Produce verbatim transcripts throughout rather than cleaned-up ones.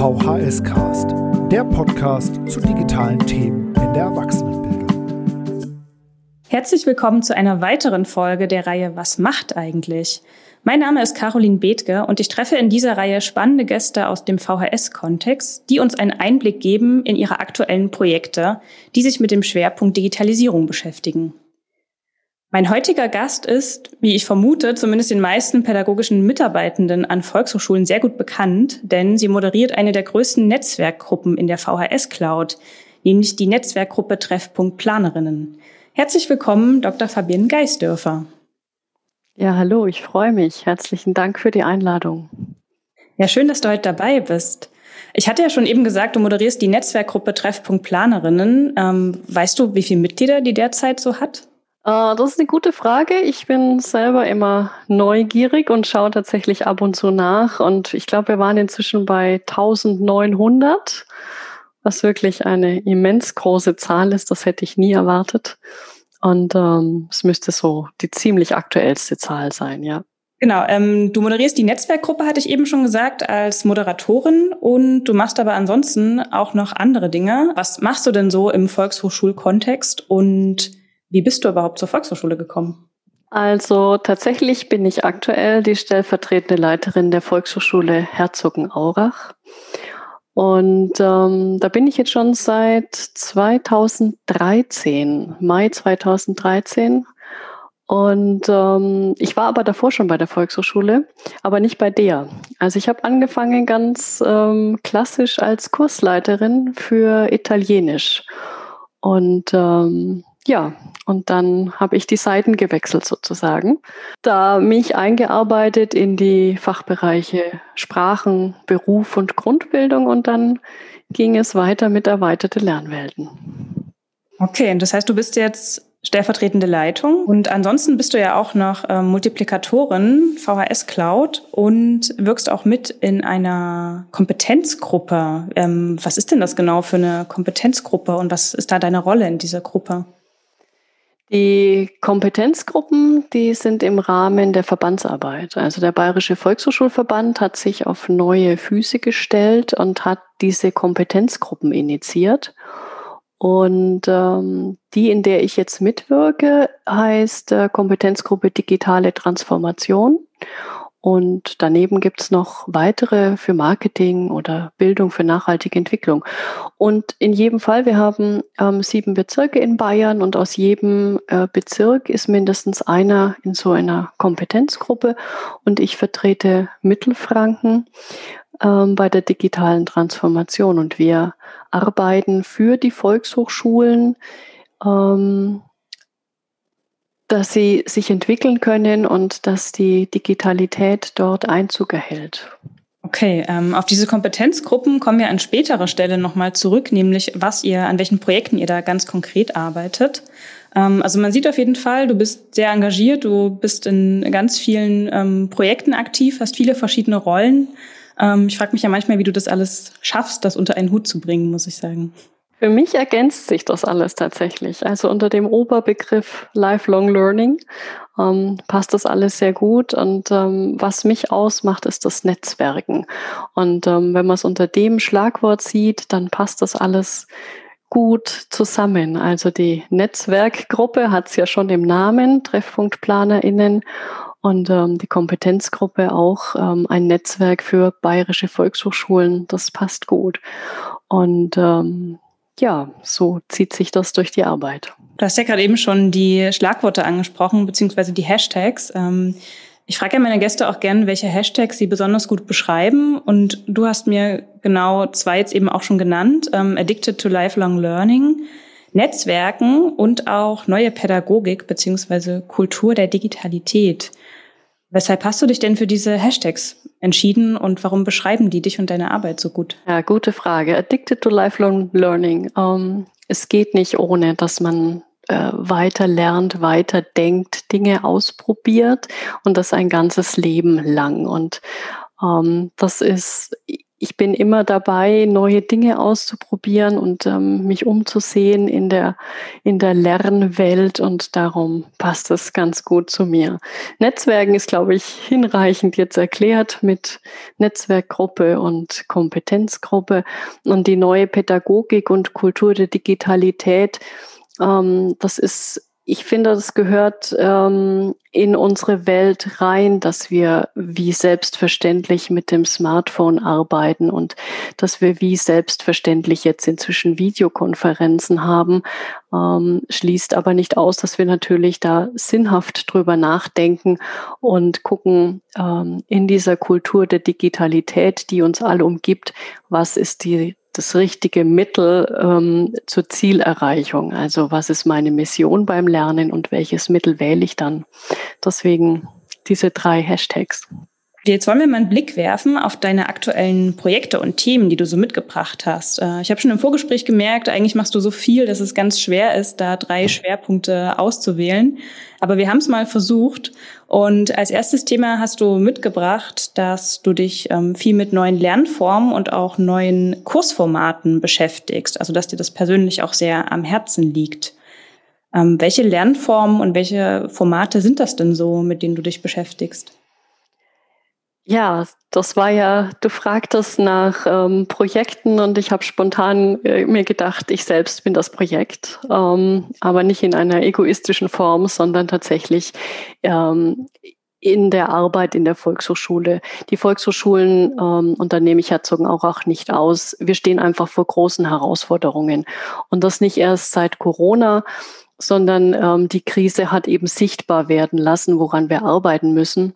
V H S Cast, der Podcast zu digitalen Themen in der Erwachsenenbildung. Herzlich willkommen zu einer weiteren Folge der Reihe Was macht eigentlich? Mein Name ist Caroline Bethke und ich treffe in dieser Reihe spannende Gäste aus dem V H S-Kontext, die uns einen Einblick geben in ihre aktuellen Projekte, die sich mit dem Schwerpunkt Digitalisierung beschäftigen. Mein heutiger Gast ist, wie ich vermute, zumindest den meisten pädagogischen Mitarbeitenden an Volkshochschulen sehr gut bekannt, denn sie moderiert eine der größten Netzwerkgruppen in der V H S-Cloud, nämlich die Netzwerkgruppe Treffpunkt Planerinnen. Herzlich willkommen, Doktor Fabienne Geisdörfer. Ja, hallo, ich freue mich. Herzlichen Dank für die Einladung. Ja, schön, dass du heute dabei bist. Ich hatte ja schon eben gesagt, du moderierst die Netzwerkgruppe Treffpunkt Planerinnen. Ähm, weißt du, wie viele Mitglieder die derzeit so hat? Äh, das ist eine gute Frage. Ich bin selber immer neugierig und schaue tatsächlich ab und zu nach. Und ich glaube, wir waren inzwischen bei eintausendneunhundert, was wirklich eine immens große Zahl ist. Das hätte ich nie erwartet. Und ähm, es müsste so die ziemlich aktuellste Zahl sein, ja. Genau, ähm, du moderierst die Netzwerkgruppe, hatte ich eben schon gesagt, als Moderatorin, und du machst aber ansonsten auch noch andere Dinge. Was machst du denn so im Volkshochschulkontext und wie bist du überhaupt zur Volkshochschule gekommen? Also tatsächlich bin ich aktuell die stellvertretende Leiterin der Volkshochschule Herzogenaurach. Und ähm, da bin ich jetzt schon seit zweitausenddreizehn, Mai zweitausenddreizehn. Und ähm, ich war aber davor schon bei der Volkshochschule, aber nicht bei der. Also ich habe angefangen ganz ähm, klassisch als Kursleiterin für Italienisch. Und ähm, ja, und dann habe ich die Seiten gewechselt sozusagen. Da mich eingearbeitet in die Fachbereiche Sprachen, Beruf und Grundbildung, und dann ging es weiter mit erweiterte Lernwelten. Okay, und das heißt, du bist jetzt stellvertretende Leitung und ansonsten bist du ja auch noch äh, Multiplikatorin V H S Cloud und wirkst auch mit in einer Kompetenzgruppe. Ähm, was ist denn das genau für eine Kompetenzgruppe und was ist da deine Rolle in dieser Gruppe? Die Kompetenzgruppen, die sind im Rahmen der Verbandsarbeit. Also der Bayerische Volkshochschulverband hat sich auf neue Füße gestellt und hat diese Kompetenzgruppen initiiert. Und ähm, die, in der ich jetzt mitwirke, heißt äh, Kompetenzgruppe Digitale Transformation. Und daneben gibt es noch weitere für Marketing oder Bildung für nachhaltige Entwicklung. Und in jedem Fall, wir haben ähm, sieben Bezirke in Bayern und aus jedem äh, Bezirk ist mindestens einer in so einer Kompetenzgruppe. Und ich vertrete Mittelfranken ähm, bei der digitalen Transformation. Und wir arbeiten für die Volkshochschulen, ähm, dass sie sich entwickeln können und dass die Digitalität dort Einzug erhält. Okay, ähm, auf diese Kompetenzgruppen kommen wir an späterer Stelle nochmal zurück, nämlich was ihr, an welchen Projekten ihr da ganz konkret arbeitet. Ähm, also man sieht auf jeden Fall, du bist sehr engagiert, du bist in ganz vielen ähm, Projekten aktiv, hast viele verschiedene Rollen. Ähm, ich frage mich ja manchmal, wie du das alles schaffst, das unter einen Hut zu bringen, muss ich sagen. Für mich ergänzt sich das alles tatsächlich. Also unter dem Oberbegriff Lifelong Learning ähm, passt das alles sehr gut. Und ähm, was mich ausmacht, ist das Netzwerken. Und ähm, wenn man es unter dem Schlagwort sieht, dann passt das alles gut zusammen. Also die Netzwerkgruppe hat es ja schon im Namen, Treffpunkt PlanerInnen. Und ähm, die Kompetenzgruppe auch ähm, ein Netzwerk für bayerische Volkshochschulen. Das passt gut. Und ähm, ja, so zieht sich das durch die Arbeit. Du hast ja gerade eben schon die Schlagworte angesprochen, beziehungsweise die Hashtags. Ich frage ja meine Gäste auch gerne, welche Hashtags sie besonders gut beschreiben. Und du hast mir genau zwei jetzt eben auch schon genannt. Addicted to Lifelong Learning, Netzwerken und auch neue Pädagogik, beziehungsweise Kultur der Digitalität. Weshalb hast du dich denn für diese Hashtags entschieden und warum beschreiben die dich und deine Arbeit so gut? Ja, gute Frage. Addicted to Lifelong Learning. Ähm, es geht nicht ohne, dass man äh, weiter lernt, weiter denkt, Dinge ausprobiert und das ein ganzes Leben lang. Und ähm, das ist ich bin immer dabei, neue Dinge auszuprobieren und ähm, mich umzusehen in der, in der Lernwelt, und darum passt es ganz gut zu mir. Netzwerken ist, glaube ich, hinreichend jetzt erklärt mit Netzwerkgruppe und Kompetenzgruppe, und die neue Pädagogik und Kultur der Digitalität. Ähm, das ist Ich finde, das gehört ähm, in unsere Welt rein, dass wir wie selbstverständlich mit dem Smartphone arbeiten und dass wir wie selbstverständlich jetzt inzwischen Videokonferenzen haben, ähm, schließt aber nicht aus, dass wir natürlich da sinnhaft drüber nachdenken und gucken, ähm, in dieser Kultur der Digitalität, die uns alle umgibt, was ist die das richtige Mittel ähm, zur Zielerreichung. Also was ist meine Mission beim Lernen und welches Mittel wähle ich dann? Deswegen diese drei Hashtags. Jetzt wollen wir mal einen Blick werfen auf deine aktuellen Projekte und Themen, die du so mitgebracht hast. Ich habe schon im Vorgespräch gemerkt, eigentlich machst du so viel, dass es ganz schwer ist, da drei Schwerpunkte auszuwählen. Aber wir haben es mal versucht. Und als erstes Thema hast du mitgebracht, dass du dich ähm, viel mit neuen Lernformen und auch neuen Kursformaten beschäftigst. Also dass dir das persönlich auch sehr am Herzen liegt. Ähm, welche Lernformen und welche Formate sind das denn so, mit denen du dich beschäftigst? Ja, das war ja, du fragtest nach ähm, Projekten, und ich habe spontan äh, mir gedacht, ich selbst bin das Projekt, ähm, aber nicht in einer egoistischen Form, sondern tatsächlich ähm, in der Arbeit in der Volkshochschule. Die Volkshochschulen, ähm, und da nehme ich Herzogenaurach auch nicht aus, wir stehen einfach vor großen Herausforderungen, und das nicht erst seit Corona, sondern ähm, die Krise hat eben sichtbar werden lassen, woran wir arbeiten müssen.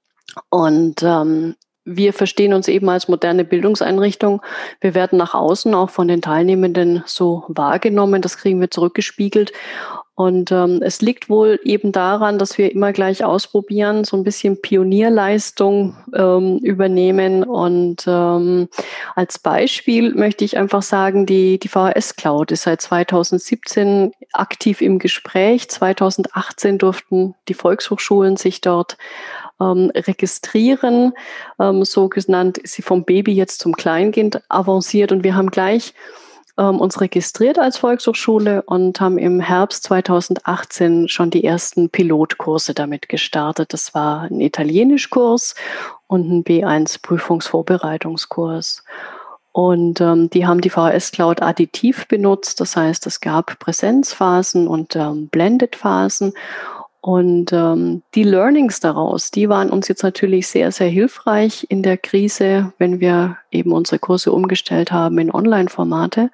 Und ähm, wir verstehen uns eben als moderne Bildungseinrichtung. Wir werden nach außen auch von den Teilnehmenden so wahrgenommen. Das kriegen wir zurückgespiegelt. Und ähm, es liegt wohl eben daran, dass wir immer gleich ausprobieren, so ein bisschen Pionierleistung ähm, übernehmen. Und ähm, als Beispiel möchte ich einfach sagen, die, die V H S-Cloud ist seit zweitausendsiebzehn aktiv im Gespräch. zweitausendachtzehn durften die Volkshochschulen sich dort ähm, registrieren. Ähm, so genannt ist sie vom Baby jetzt zum Kleinkind avanciert, und wir haben gleich ähm, uns registriert als Volkshochschule und haben im Herbst zweitausendachtzehn schon die ersten Pilotkurse damit gestartet. Das war ein Italienischkurs und ein B eins Prüfungsvorbereitungskurs. Und ähm, die haben die V H S-Cloud additiv benutzt. Das heißt, es gab Präsenzphasen und ähm, Blended-Phasen. Und ähm, die Learnings daraus, die waren uns jetzt natürlich sehr, sehr hilfreich in der Krise, wenn wir eben unsere Kurse umgestellt haben in Online-Formate.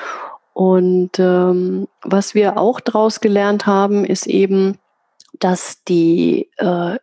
Und ähm, was wir auch daraus gelernt haben, ist eben, dass die äh,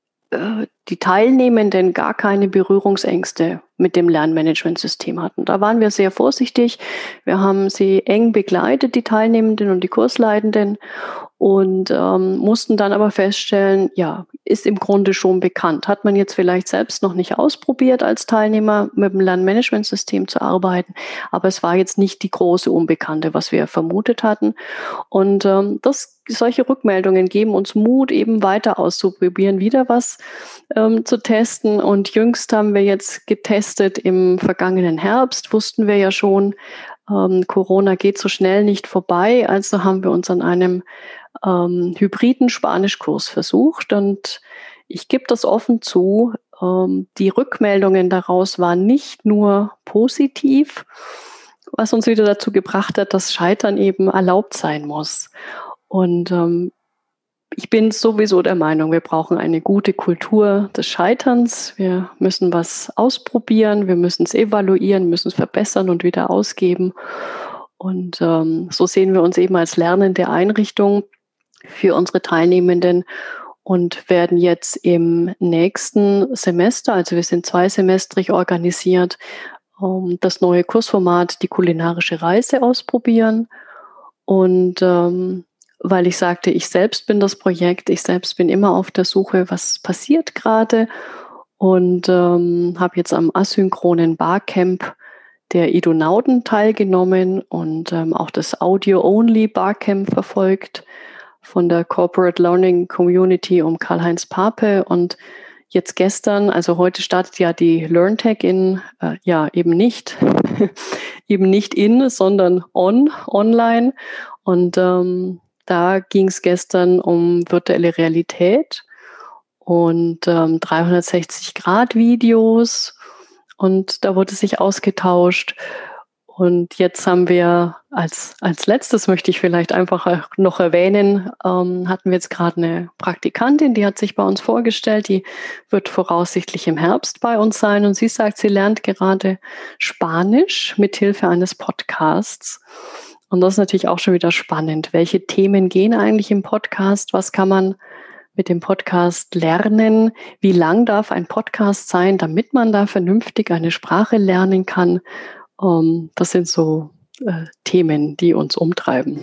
die Teilnehmenden gar keine Berührungsängste mit dem Lernmanagementsystem hatten. Da waren wir sehr vorsichtig. Wir haben sie eng begleitet, die Teilnehmenden und die Kursleitenden, und ähm, mussten dann aber feststellen, ja, ist im Grunde schon bekannt. Hat man jetzt vielleicht selbst noch nicht ausprobiert, als Teilnehmer mit dem Lernmanagementsystem zu arbeiten, aber es war jetzt nicht die große Unbekannte, was wir vermutet hatten. Und ähm, das, solche Rückmeldungen geben uns Mut, eben weiter auszuprobieren, wieder was ähm, zu testen. Und jüngst haben wir jetzt getestet im vergangenen Herbst, wussten wir ja schon, ähm, Corona geht so schnell nicht vorbei. Also haben wir uns an einem ähm, hybriden Spanischkurs versucht. Und ich gebe das offen zu, ähm, die Rückmeldungen daraus waren nicht nur positiv, was uns wieder dazu gebracht hat, dass Scheitern eben erlaubt sein muss. Und ähm, ich bin sowieso der Meinung, wir brauchen eine gute Kultur des Scheiterns. Wir müssen was ausprobieren, wir müssen es evaluieren, müssen es verbessern und wieder ausgeben. Und ähm, so sehen wir uns eben als lernende Einrichtung für unsere Teilnehmenden und werden jetzt im nächsten Semester, also wir sind zweisemestrig organisiert, um das neue Kursformat, die kulinarische Reise, ausprobieren. Und ähm, weil ich sagte, ich selbst bin das Projekt, ich selbst bin immer auf der Suche, was passiert gerade, und ähm, habe jetzt am asynchronen Barcamp der Idonauten teilgenommen und ähm, auch das Audio-Only Barcamp verfolgt von der Corporate Learning Community um Karl-Heinz Pape. Und jetzt gestern, also heute startet ja die LearnTech in, äh, ja eben nicht, eben nicht in, sondern on, online. Und ähm, da ging es gestern um virtuelle Realität und ähm, dreihundertsechzig Grad Videos und da wurde sich ausgetauscht. Und jetzt haben wir als, als letztes, möchte ich vielleicht einfach noch erwähnen, ähm, hatten wir jetzt gerade eine Praktikantin, die hat sich bei uns vorgestellt, die wird voraussichtlich im Herbst bei uns sein und sie sagt, sie lernt gerade Spanisch mit Hilfe eines Podcasts. Und das ist natürlich auch schon wieder spannend. Welche Themen gehen eigentlich im Podcast? Was kann man mit dem Podcast lernen? Wie lang darf ein Podcast sein, damit man da vernünftig eine Sprache lernen kann? Um, das sind so äh, Themen, die uns umtreiben.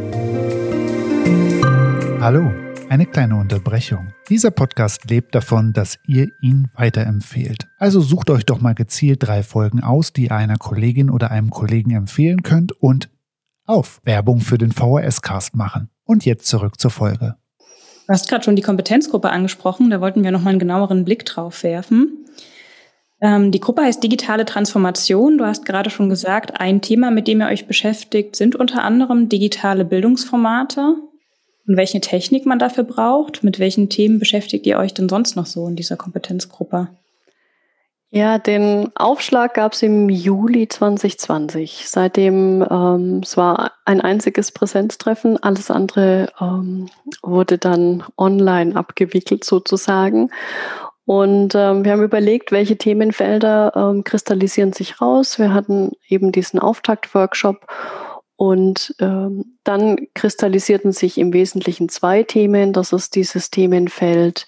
Hallo, eine kleine Unterbrechung. Dieser Podcast lebt davon, dass ihr ihn weiterempfehlt. Also sucht euch doch mal gezielt drei Folgen aus, die ihr einer Kollegin oder einem Kollegen empfehlen könnt und auf Werbung für den V H S-Cast machen. Und jetzt zurück zur Folge. Du hast gerade schon die Kompetenzgruppe angesprochen, da wollten wir nochmal einen genaueren Blick drauf werfen. Ähm, die Gruppe heißt Digitale Transformation. Du hast gerade schon gesagt, ein Thema, mit dem ihr euch beschäftigt, sind unter anderem digitale Bildungsformate und welche Technik man dafür braucht. Mit welchen Themen beschäftigt ihr euch denn sonst noch so in dieser Kompetenzgruppe? Ja, den Aufschlag gab es im Juli zwanzig zwanzig. Seitdem, ähm, es war ein einziges Präsenztreffen, alles andere ähm, wurde dann online abgewickelt sozusagen. Und ähm, wir haben überlegt, welche Themenfelder ähm, kristallisieren sich raus. Wir hatten eben diesen Auftaktworkshop und ähm, dann kristallisierten sich im Wesentlichen zwei Themen. Das ist dieses Themenfeld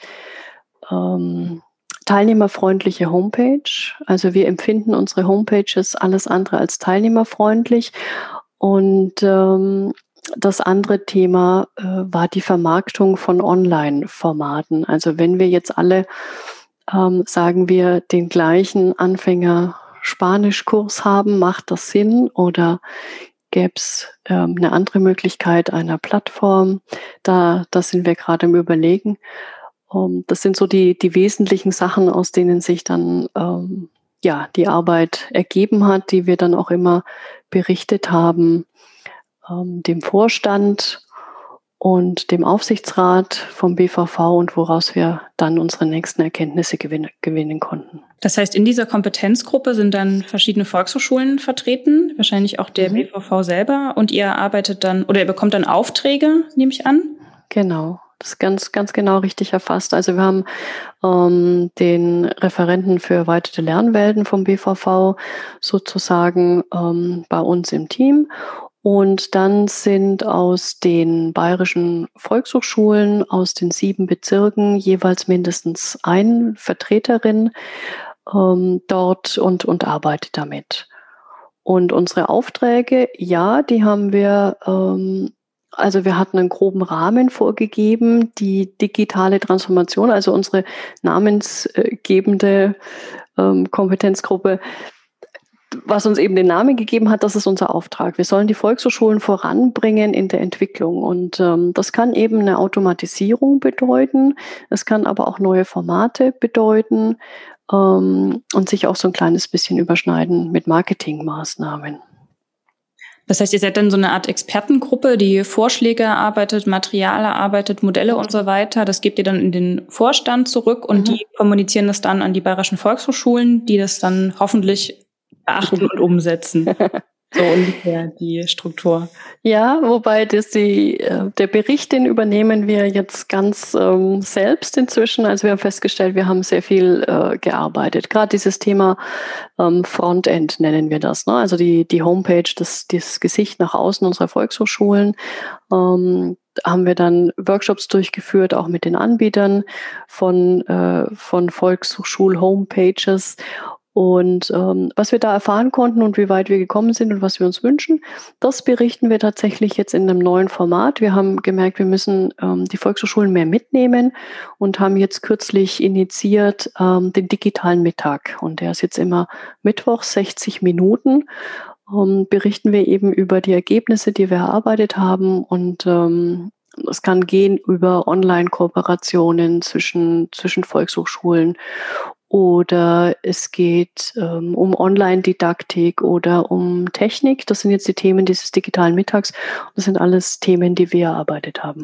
ähm, teilnehmerfreundliche Homepage. Also wir empfinden unsere Homepages alles andere als teilnehmerfreundlich. Und ähm, das andere Thema äh, war die Vermarktung von Online-Formaten. Also wenn wir jetzt alle, ähm, sagen wir, den gleichen Anfänger-Spanisch-Kurs haben, macht das Sinn oder gäbe es ähm, eine andere Möglichkeit einer Plattform? Da, da sind wir gerade im Überlegen. Um, das sind so die, die wesentlichen Sachen, aus denen sich dann ähm, ja, die Arbeit ergeben hat, die wir dann auch immer berichtet haben, dem Vorstand und dem Aufsichtsrat vom B V V und woraus wir dann unsere nächsten Erkenntnisse gewinnen, gewinnen konnten. Das heißt, in dieser Kompetenzgruppe sind dann verschiedene Volkshochschulen vertreten, wahrscheinlich auch der mhm. B V V selber und ihr arbeitet dann oder ihr bekommt dann Aufträge, nehme ich an? Genau. Das ist ganz, ganz genau richtig erfasst. Also wir haben ähm, den Referenten für erweiterte Lernwelten vom B V V sozusagen ähm, bei uns im Team. Und dann sind aus den bayerischen Volkshochschulen, aus den sieben Bezirken jeweils mindestens ein Vertreterin ähm, dort und, und arbeitet damit. Und unsere Aufträge, ja, die haben wir, ähm, also wir hatten einen groben Rahmen vorgegeben, die digitale Transformation, also unsere namensgebende ähm, Kompetenzgruppe, was uns eben den Namen gegeben hat, das ist unser Auftrag. Wir sollen die Volkshochschulen voranbringen in der Entwicklung. Und ähm, das kann eben eine Automatisierung bedeuten. Es kann aber auch neue Formate bedeuten ähm, und sich auch so ein kleines bisschen überschneiden mit Marketingmaßnahmen. Das heißt, ihr seid dann so eine Art Expertengruppe, die Vorschläge erarbeitet, Material erarbeitet, Modelle und so weiter. Das gebt ihr dann in den Vorstand zurück und mhm. die kommunizieren das dann an die bayerischen Volkshochschulen, die das dann hoffentlich beachten und umsetzen. So ungefähr die Struktur. Ja, wobei das die, der Bericht, den übernehmen wir jetzt ganz ähm, selbst inzwischen. Also wir haben festgestellt, wir haben sehr viel äh, gearbeitet. Gerade dieses Thema ähm, Frontend nennen wir das. Ne? Also die, die Homepage, das, das Gesicht nach außen unserer Volkshochschulen. Ähm, haben wir dann Workshops durchgeführt, auch mit den Anbietern von, äh, von Volkshochschul-Homepages. Und ähm, was wir da erfahren konnten und wie weit wir gekommen sind und was wir uns wünschen, das berichten wir tatsächlich jetzt in einem neuen Format. Wir haben gemerkt, wir müssen ähm, die Volkshochschulen mehr mitnehmen und haben jetzt kürzlich initiiert ähm, den digitalen Mittag. Und der ist jetzt immer mittwochs sechzig Minuten. Ähm, berichten wir eben über die Ergebnisse, die wir erarbeitet haben und ähm, Es kann gehen über Online-Kooperationen zwischen, zwischen Volkshochschulen oder es geht ähm, um Online-Didaktik oder um Technik. Das sind jetzt die Themen dieses digitalen Mittags. Das sind alles Themen, die wir erarbeitet haben.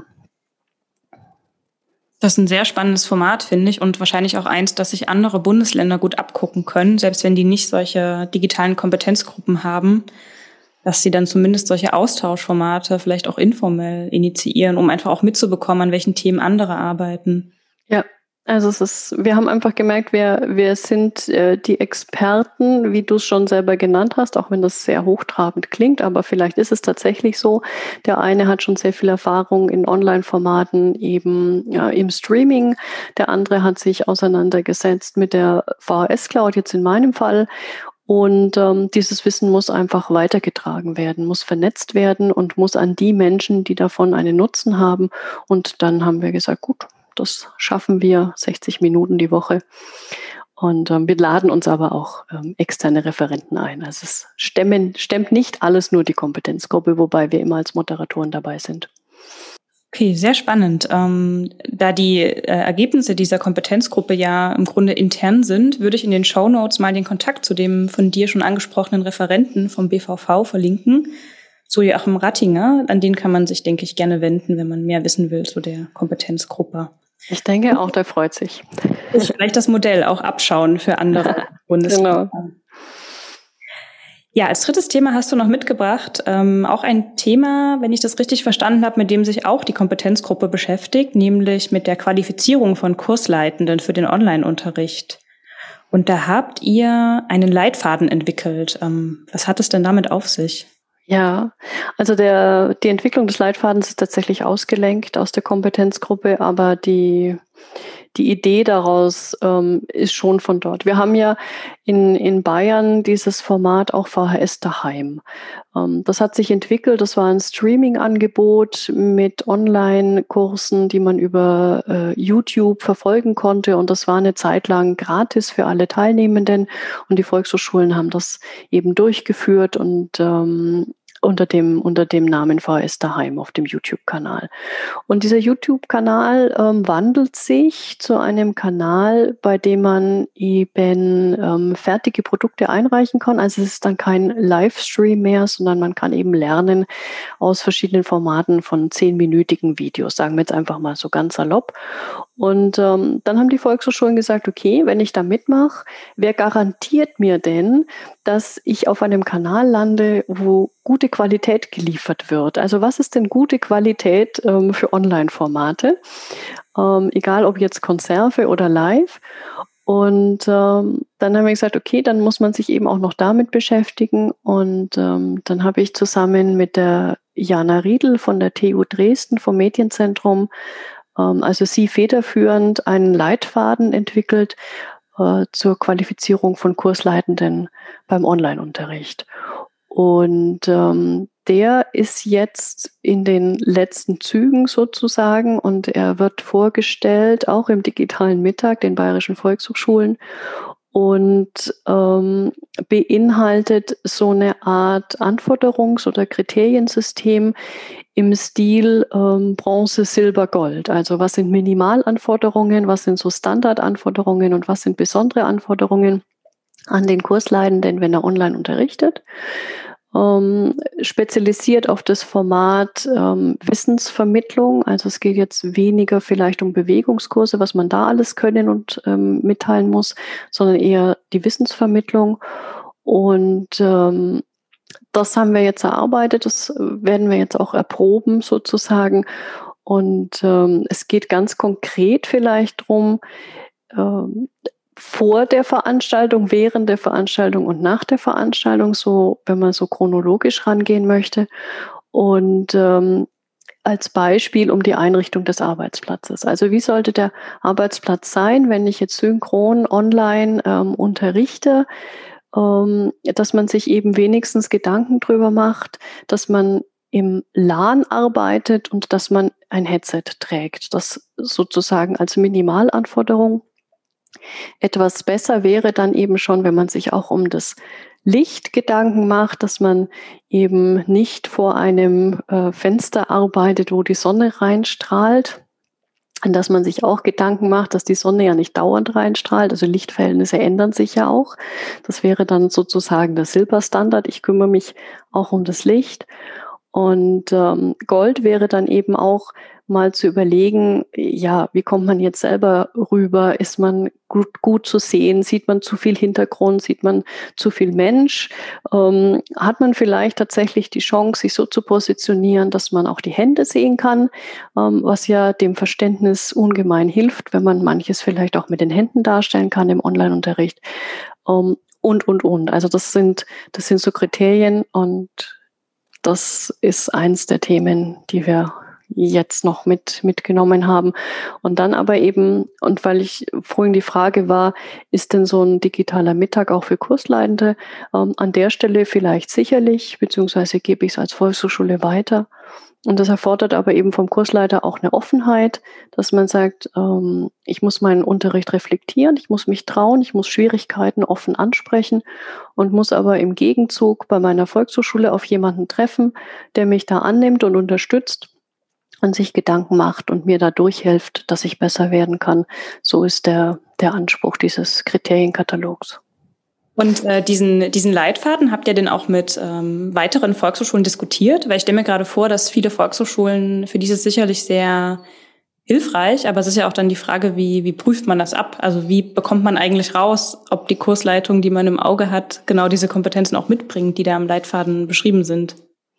Das ist ein sehr spannendes Format, finde ich, und wahrscheinlich auch eins, das sich andere Bundesländer gut abgucken können, selbst wenn die nicht solche digitalen Kompetenzgruppen haben, dass sie dann zumindest solche Austauschformate vielleicht auch informell initiieren, um einfach auch mitzubekommen, an welchen Themen andere arbeiten. Ja, also es ist, wir haben einfach gemerkt, wir, wir sind äh, die Experten, wie du es schon selber genannt hast, auch wenn das sehr hochtrabend klingt, aber vielleicht ist es tatsächlich so. Der eine hat schon sehr viel Erfahrung in Online-Formaten, eben ja, im Streaming. Der andere hat sich auseinandergesetzt mit der V H S-Cloud, jetzt in meinem Fall. Und ähm, dieses Wissen muss einfach weitergetragen werden, muss vernetzt werden und muss an die Menschen, die davon einen Nutzen haben. Und dann haben wir gesagt, gut, das schaffen wir, sechzig Minuten die Woche. Und ähm, wir laden uns aber auch ähm, externe Referenten ein. Also es stemmen, stemmt nicht alles nur die Kompetenzgruppe, wobei wir immer als Moderatoren dabei sind. Okay, sehr spannend. Ähm, da die äh, Ergebnisse dieser Kompetenzgruppe ja im Grunde intern sind, würde ich in den Shownotes mal den Kontakt zu dem von dir schon angesprochenen Referenten vom B V V verlinken, zu Joachim Rattinger. An den kann man sich, denke ich, gerne wenden, wenn man mehr wissen will zu der Kompetenzgruppe. Ich denke auch, der freut sich. Vielleicht das Modell auch abschauen für andere Bundesländer. Genau. Ja, als drittes Thema hast du noch mitgebracht, ähm, auch ein Thema, wenn ich das richtig verstanden habe, mit dem sich auch die Kompetenzgruppe beschäftigt, nämlich mit der Qualifizierung von Kursleitenden für den Online-Unterricht. Und da habt ihr einen Leitfaden entwickelt. Ähm, was hat es denn damit auf sich? Ja, also der, die Entwicklung des Leitfadens ist tatsächlich ausgelenkt aus der Kompetenzgruppe, aber die, die Idee daraus ähm, ist schon von dort. Wir haben ja in, in Bayern dieses Format auch V H S daheim. Ähm, das hat sich entwickelt, das war ein Streaming-Angebot mit Online-Kursen, die man über äh, YouTube verfolgen konnte, und das war eine Zeit lang gratis für alle Teilnehmenden, und die Volkshochschulen haben das eben durchgeführt und ähm, unter dem, unter dem Namen V H S daheim auf dem YouTube-Kanal. Und dieser YouTube-Kanal ähm, wandelt sich zu einem Kanal, bei dem man eben ähm, fertige Produkte einreichen kann. Also es ist dann kein Livestream mehr, sondern man kann eben lernen aus verschiedenen Formaten von zehnminütigen Videos, sagen wir jetzt einfach mal so ganz salopp. Und ähm, dann haben die Volkshochschulen gesagt, okay, wenn ich da mitmache, wer garantiert mir denn, dass ich auf einem Kanal lande, wo gute Qualität geliefert wird? Also was ist denn gute Qualität ähm, für Online-Formate? Ähm, egal ob jetzt Konserve oder live. Und ähm, dann haben wir gesagt, okay, dann muss man sich eben auch noch damit beschäftigen. Und ähm, dann habe ich zusammen mit der Jana Riedl von der T U Dresden vom Medienzentrum, ähm, also sie federführend, einen Leitfaden entwickelt äh, zur Qualifizierung von Kursleitenden beim Online-Unterricht. Und ähm, der ist jetzt in den letzten Zügen sozusagen, und er wird vorgestellt, auch im digitalen Mittag, den Bayerischen Volkshochschulen, und ähm, beinhaltet so eine Art Anforderungs- oder Kriteriensystem im Stil ähm, Bronze, Silber, Gold. Also was sind Minimalanforderungen, was sind so Standardanforderungen und was sind besondere Anforderungen an den Kursleitenden, wenn er online unterrichtet. Ähm, spezialisiert auf das Format ähm, Wissensvermittlung. Also es geht jetzt weniger vielleicht um Bewegungskurse, was man da alles können und ähm, mitteilen muss, sondern eher die Wissensvermittlung. Und ähm, das haben wir jetzt erarbeitet, das werden wir jetzt auch erproben sozusagen. Und ähm, es geht ganz konkret vielleicht drum, ähm, vor der Veranstaltung, während der Veranstaltung und nach der Veranstaltung, so wenn man so chronologisch rangehen möchte. Und ähm, als Beispiel um die Einrichtung des Arbeitsplatzes. Also wie sollte der Arbeitsplatz sein, wenn ich jetzt synchron online ähm, unterrichte, ähm, dass man sich eben wenigstens Gedanken drüber macht, dass man im LAN arbeitet und dass man ein Headset trägt. Das sozusagen als Minimalanforderung. Etwas besser wäre dann eben schon, wenn man sich auch um das Licht Gedanken macht, dass man eben nicht vor einem äh, Fenster arbeitet, wo die Sonne reinstrahlt. Und dass man sich auch Gedanken macht, dass die Sonne ja nicht dauernd reinstrahlt. Also Lichtverhältnisse ändern sich ja auch. Das wäre dann sozusagen der Silberstandard. Ich kümmere mich auch um das Licht. Und ähm, Gold wäre dann eben auch mal zu überlegen, ja, wie kommt man jetzt selber rüber? Ist man gut, gut zu sehen? Sieht man zu viel Hintergrund? Sieht man zu viel Mensch? Ähm, hat man vielleicht tatsächlich die Chance, sich so zu positionieren, dass man auch die Hände sehen kann, ähm, was ja dem Verständnis ungemein hilft, wenn man manches vielleicht auch mit den Händen darstellen kann im Online-Unterricht. Ähm, und, und, und. Also das sind, das sind so Kriterien, und das ist eins der Themen, die wir jetzt noch mit mitgenommen haben. Und dann aber eben, und weil ich vorhin die Frage war, ist denn so ein digitaler Mittag auch für Kursleitende? Ähm, an der Stelle vielleicht sicherlich, beziehungsweise gebe ich es als Volkshochschule weiter. Und das erfordert aber eben vom Kursleiter auch eine Offenheit, dass man sagt, ähm, ich muss meinen Unterricht reflektieren, ich muss mich trauen, ich muss Schwierigkeiten offen ansprechen und muss aber im Gegenzug bei meiner Volkshochschule auf jemanden treffen, der mich da annimmt und unterstützt und sich Gedanken macht und mir da durchhilft, dass ich besser werden kann. So ist der, der Anspruch dieses Kriterienkatalogs. Und äh, diesen, diesen Leitfaden habt ihr denn auch mit ähm, weiteren Volkshochschulen diskutiert? Weil ich stelle mir gerade vor, dass viele Volkshochschulen, für dieses sicherlich sehr hilfreich, aber es ist ja auch dann die Frage, wie, wie prüft man das ab? Also wie bekommt man eigentlich raus, ob die Kursleitung, die man im Auge hat, genau diese Kompetenzen auch mitbringt, die da im Leitfaden beschrieben sind?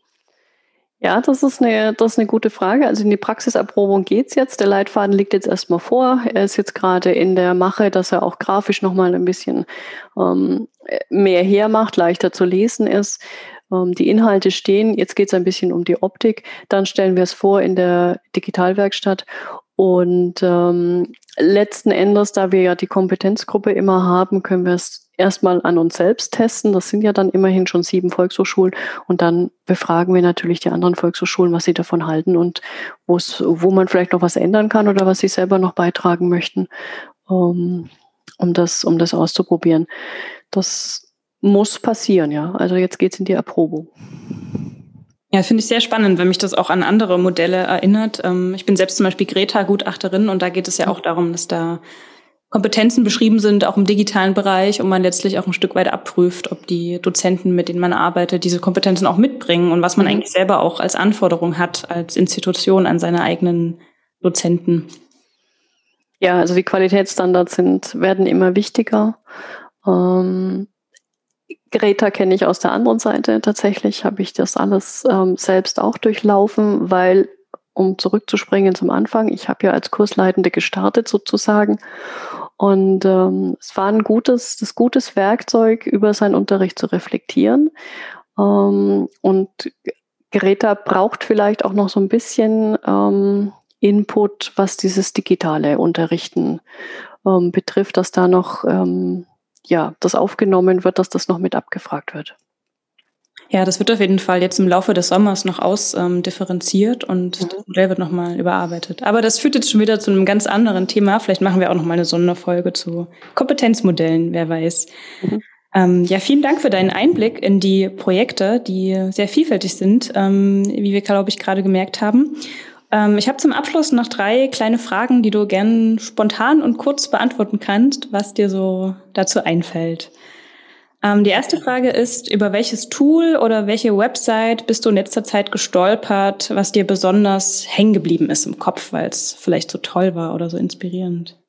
Ja, das ist eine, das ist eine gute Frage. Also in die Praxiserprobung geht's jetzt. Der Leitfaden liegt jetzt erstmal vor. Er ist jetzt gerade in der Mache, dass er auch grafisch nochmal ein bisschen ähm, mehr hermacht, leichter zu lesen ist. Ähm, die Inhalte stehen. Jetzt geht's ein bisschen um die Optik. Dann stellen wir es vor in der Digitalwerkstatt. Und ähm, letzten Endes, da wir ja die Kompetenzgruppe immer haben, können wir es erstmal an uns selbst testen. Das sind ja dann immerhin schon sieben Volkshochschulen. Und dann befragen wir natürlich die anderen Volkshochschulen, was sie davon halten und wo es, wo man vielleicht noch was ändern kann oder was sie selber noch beitragen möchten, um, um das, um das auszuprobieren. Das muss passieren, ja. Also jetzt geht's in die Erprobung. Ja, finde ich sehr spannend, wenn mich das auch an andere Modelle erinnert. Ich bin selbst zum Beispiel Greta-Gutachterin und da geht es ja auch darum, dass da Kompetenzen beschrieben sind, auch im digitalen Bereich, und man letztlich auch ein Stück weit abprüft, ob die Dozenten, mit denen man arbeitet, diese Kompetenzen auch mitbringen und was man eigentlich selber auch als Anforderung hat, als Institution an seine eigenen Dozenten. Ja, also die Qualitätsstandards sind, werden immer wichtiger. Ähm, Greta kenne ich aus der anderen Seite. Tatsächlich habe ich das alles ähm, selbst auch durchlaufen, weil, um zurückzuspringen zum Anfang, ich habe ja als Kursleitende gestartet sozusagen. Und ähm, es war ein gutes, das gutes Werkzeug, über seinen Unterricht zu reflektieren. Ähm, und Greta braucht vielleicht auch noch so ein bisschen ähm, Input, was dieses digitale Unterrichten ähm, betrifft, dass da noch ähm, ja, das aufgenommen wird, dass das noch mit abgefragt wird. Ja, das wird auf jeden Fall jetzt im Laufe des Sommers noch ausdifferenziert ähm, und mhm. das Modell wird nochmal überarbeitet. Aber das führt jetzt schon wieder zu einem ganz anderen Thema. Vielleicht machen wir auch nochmal eine Sonderfolge zu Kompetenzmodellen, wer weiß. Mhm. Ähm, ja, vielen Dank für deinen Einblick in die Projekte, die sehr vielfältig sind, ähm, wie wir, glaube ich, gerade gemerkt haben. Ähm, ich habe zum Abschluss noch drei kleine Fragen, die du gern spontan und kurz beantworten kannst, was dir so dazu einfällt. Ähm, die erste Frage ist, über welches Tool oder welche Website bist du in letzter Zeit gestolpert, was dir besonders hängen geblieben ist im Kopf, weil es vielleicht so toll war oder so inspirierend?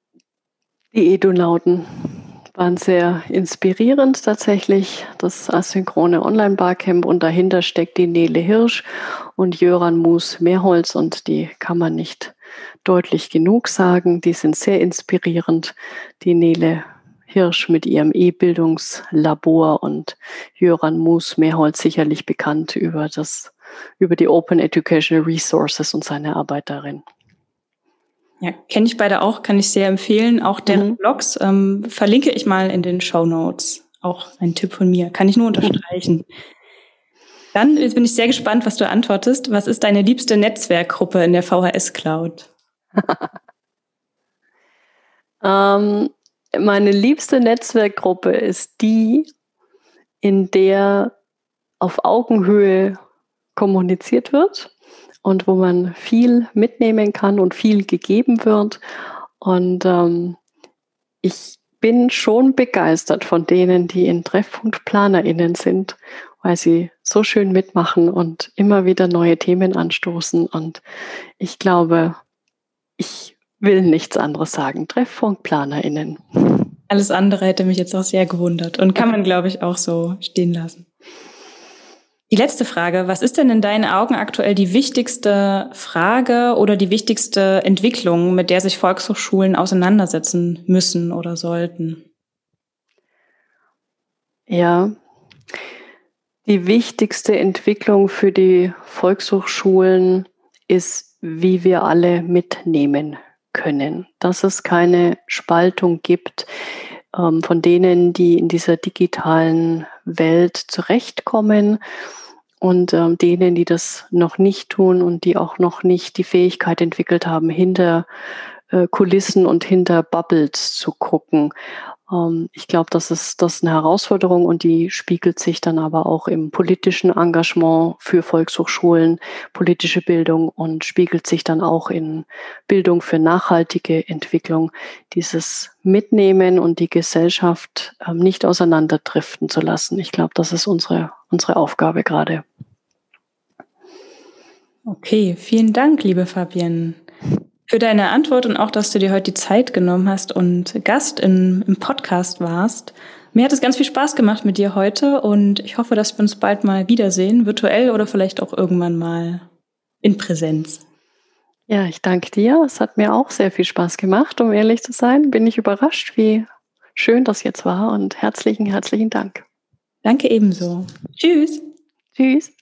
Die Edonauten waren sehr inspirierend tatsächlich, das asynchrone Online-Barcamp, und dahinter steckt die Nele Hirsch und Jöran Mus-Mehrholz und die kann man nicht deutlich genug sagen. Die sind sehr inspirierend. Die Nele Hirsch mit ihrem E-Bildungslabor und Jöran Mus-Mehrholz sicherlich bekannt über das, über die Open Educational Resources und seine Arbeit darin. Ja, kenne ich beide auch, kann ich sehr empfehlen. Auch deren mhm. Blogs ähm, verlinke ich mal in den Shownotes. Auch ein Tipp von mir, kann ich nur unterstreichen. Dann bin ich sehr gespannt, was du antwortest. Was ist deine liebste Netzwerkgruppe in der V H S Cloud? Ähm, meine liebste Netzwerkgruppe ist die, in der auf Augenhöhe kommuniziert wird und wo man viel mitnehmen kann und viel gegeben wird. Und ähm, ich bin schon begeistert von denen, die in Treffpunkt PlanerInnen sind, weil sie so schön mitmachen und immer wieder neue Themen anstoßen. Und ich glaube, ich will nichts anderes sagen. Treffpunkt PlanerInnen. Alles andere hätte mich jetzt auch sehr gewundert und kann man, glaube ich, auch so stehen lassen. Die letzte Frage, was ist denn in deinen Augen aktuell die wichtigste Frage oder die wichtigste Entwicklung, mit der sich Volkshochschulen auseinandersetzen müssen oder sollten? Ja, die wichtigste Entwicklung für die Volkshochschulen ist, wie wir alle mitnehmen können. Dass es keine Spaltung gibt ähm, von denen, die in dieser digitalen Welt zurechtkommen und ähm, denen, die das noch nicht tun und die auch noch nicht die Fähigkeit entwickelt haben, hinter äh, Kulissen und hinter Bubbles zu gucken. Ähm, ich glaube, das ist, das ist eine Herausforderung und die spiegelt sich dann aber auch im politischen Engagement für Volkshochschulen, politische Bildung und spiegelt sich dann auch in Bildung für nachhaltige Entwicklung. Dieses Mitnehmen und die Gesellschaft ähm, nicht auseinanderdriften zu lassen. Ich glaube, das ist unsere, unsere Aufgabe gerade. Okay, vielen Dank, liebe Fabienne, für deine Antwort und auch, dass du dir heute die Zeit genommen hast und Gast in, im Podcast warst. Mir hat es ganz viel Spaß gemacht mit dir heute und ich hoffe, dass wir uns bald mal wiedersehen, virtuell oder vielleicht auch irgendwann mal in Präsenz. Ja, ich danke dir. Es hat mir auch sehr viel Spaß gemacht, um ehrlich zu sein. Bin ich überrascht, wie schön das jetzt war und herzlichen, herzlichen Dank. Danke ebenso. Tschüss. Tschüss.